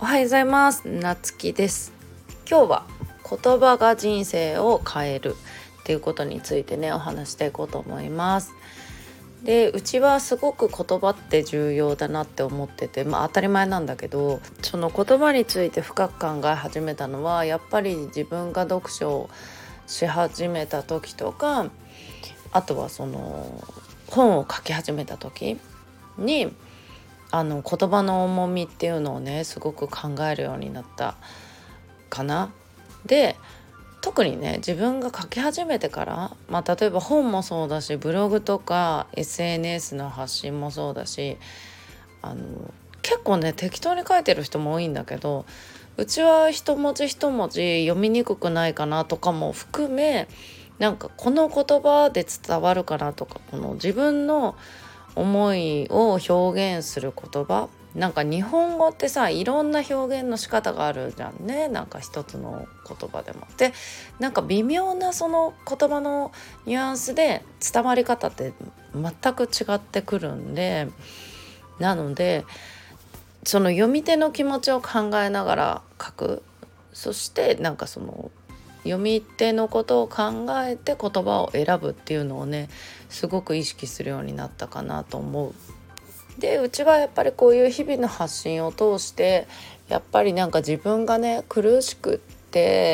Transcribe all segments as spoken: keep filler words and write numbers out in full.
はようございます。なつきです。今日は言葉が人生を変えるっていうことについてねお話していこうと思います。でうちはすごく言葉って重要だなって思ってて、まあ当たり前なんだけど、その言葉について深く考え始めたのはやっぱり自分が読書をし始めた時とか、あとはその本を書き始めた時にあの言葉の重みっていうのをねすごく考えるようになったかな。で特にね自分が書き始めてから、まあ、例えば本もそうだしブログとか エスエヌエス の発信もそうだし、あの結構ね適当に書いてる人も多いんだけど、うちは一文字一文字読みにくくないかなとかも含め、なんかこの言葉で伝わるかなとか、この自分の思いを表現する言葉、なんか日本語ってさいろんな表現の仕方があるじゃんね。なんか一つの言葉でもでなんか微妙なその言葉のニュアンスで伝わり方って全く違ってくるんで、なのでその読み手の気持ちを考えながら書く。そしてなんかその読み手のことを考えて言葉を選ぶっていうのをねすごく意識するようになったかなと思う。でうちはやっぱりこういう日々の発信を通してやっぱりなんか自分がね苦しくって、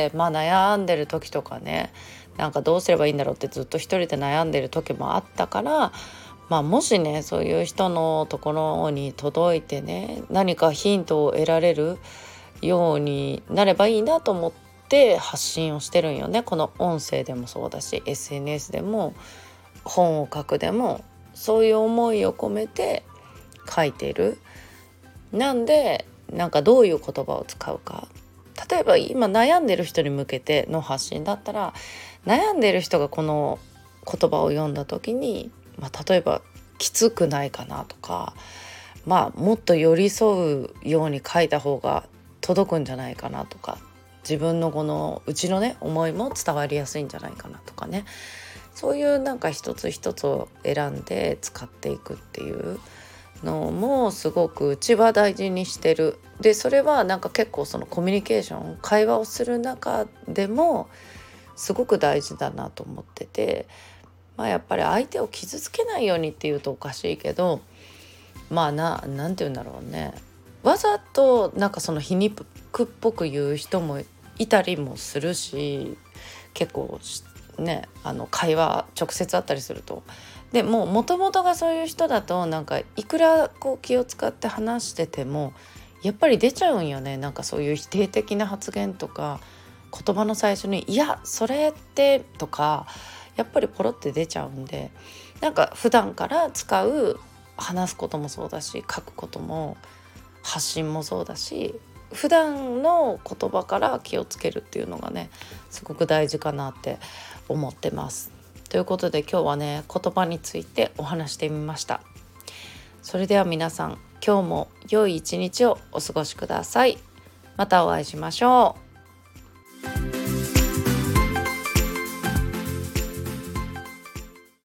まあ、悩んでる時とかね、なんかどうすればいいんだろうってずっと一人で悩んでる時もあったから、まあ、もしねそういう人のところに届いてね何かヒントを得られるようになればいいなと思って発信をしてるんよね。この音声でもそうだし エスエヌエス でも本を書くでもそういう思いを込めて書いてる。なんでなんかどういう言葉を使うか、例えば今悩んでる人に向けての発信だったら、悩んでる人がこの言葉を読んだ時に、まあ、例えばきつくないかなとか、まあもっと寄り添うように書いた方が届くんじゃないかなとか、自分のこのうちのね思いも伝わりやすいんじゃないかなとかね、そういうなんか一つ一つを選んで使っていくっていうのもすごくうちは大事にしてる。でそれはなんか結構そのコミュニケーション会話をする中でもすごく大事だなと思ってて、まあやっぱり相手を傷つけないようにっていうとおかしいけど、まあななんて言うんだろうね、わざとなんかその皮肉っぽく言う人もいたりもするし、結構ねあの会話直接あったりすると、でもう元々がそういう人だとなんかいくらこう気を使って話しててもやっぱり出ちゃうんよね。なんかそういう否定的な発言とか言葉の最初にいやそれってとかやっぱりポロって出ちゃうんで、なんか普段から使う話すこともそうだし書くことも発信もそうだし、普段の言葉から気をつけるっていうのがねすごく大事かなって思ってます。ということで今日はね言葉についてお話してみました。それでは皆さん今日も良い一日をお過ごしください。またお会いしましょう。